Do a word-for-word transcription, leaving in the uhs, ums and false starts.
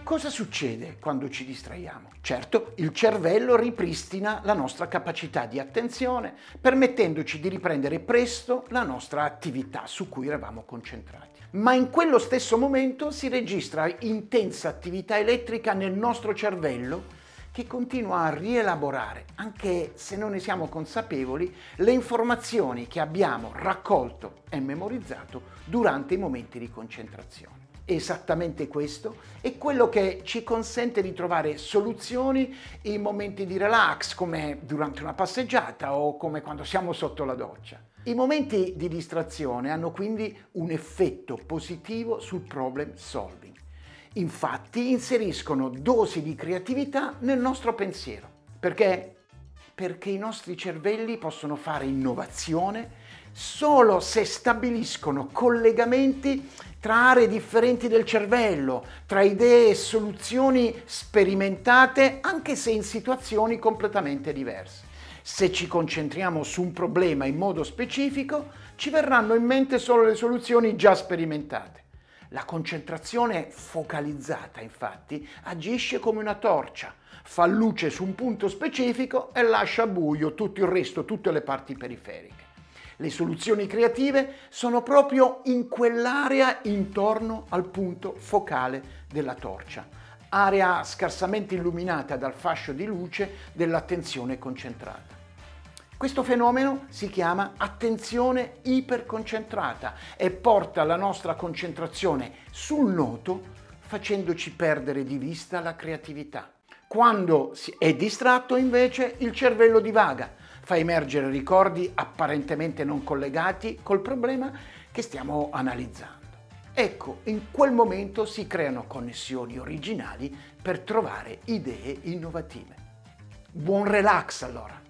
Cosa succede quando ci distraiamo? Certo, il cervello ripristina la nostra capacità di attenzione, permettendoci di riprendere presto la nostra attività su cui eravamo concentrati. Ma in quello stesso momento si registra intensa attività elettrica nel nostro cervello che continua a rielaborare, anche se non ne siamo consapevoli, le informazioni che abbiamo raccolto e memorizzato durante i momenti di concentrazione. Esattamente questo è quello che ci consente di trovare soluzioni in momenti di relax, come durante una passeggiata o come quando siamo sotto la doccia. I momenti di distrazione hanno quindi un effetto positivo sul problem solving. Infatti inseriscono dosi di creatività nel nostro pensiero. Perché? Perché i nostri cervelli possono fare innovazione solo se stabiliscono collegamenti tra aree differenti del cervello, tra idee e soluzioni sperimentate, anche se in situazioni completamente diverse. Se ci concentriamo su un problema in modo specifico, ci verranno in mente solo le soluzioni già sperimentate. La concentrazione focalizzata, infatti, agisce come una torcia, fa luce su un punto specifico e lascia a buio tutto il resto, tutte le parti periferiche. Le soluzioni creative sono proprio in quell'area intorno al punto focale della torcia, area scarsamente illuminata dal fascio di luce dell'attenzione concentrata. Questo fenomeno si chiama attenzione iperconcentrata e porta la nostra concentrazione sul noto, facendoci perdere di vista la creatività. Quando è distratto, invece, il cervello divaga, fa emergere ricordi apparentemente non collegati col problema che stiamo analizzando. Ecco, in quel momento si creano connessioni originali per trovare idee innovative. Buon relax allora!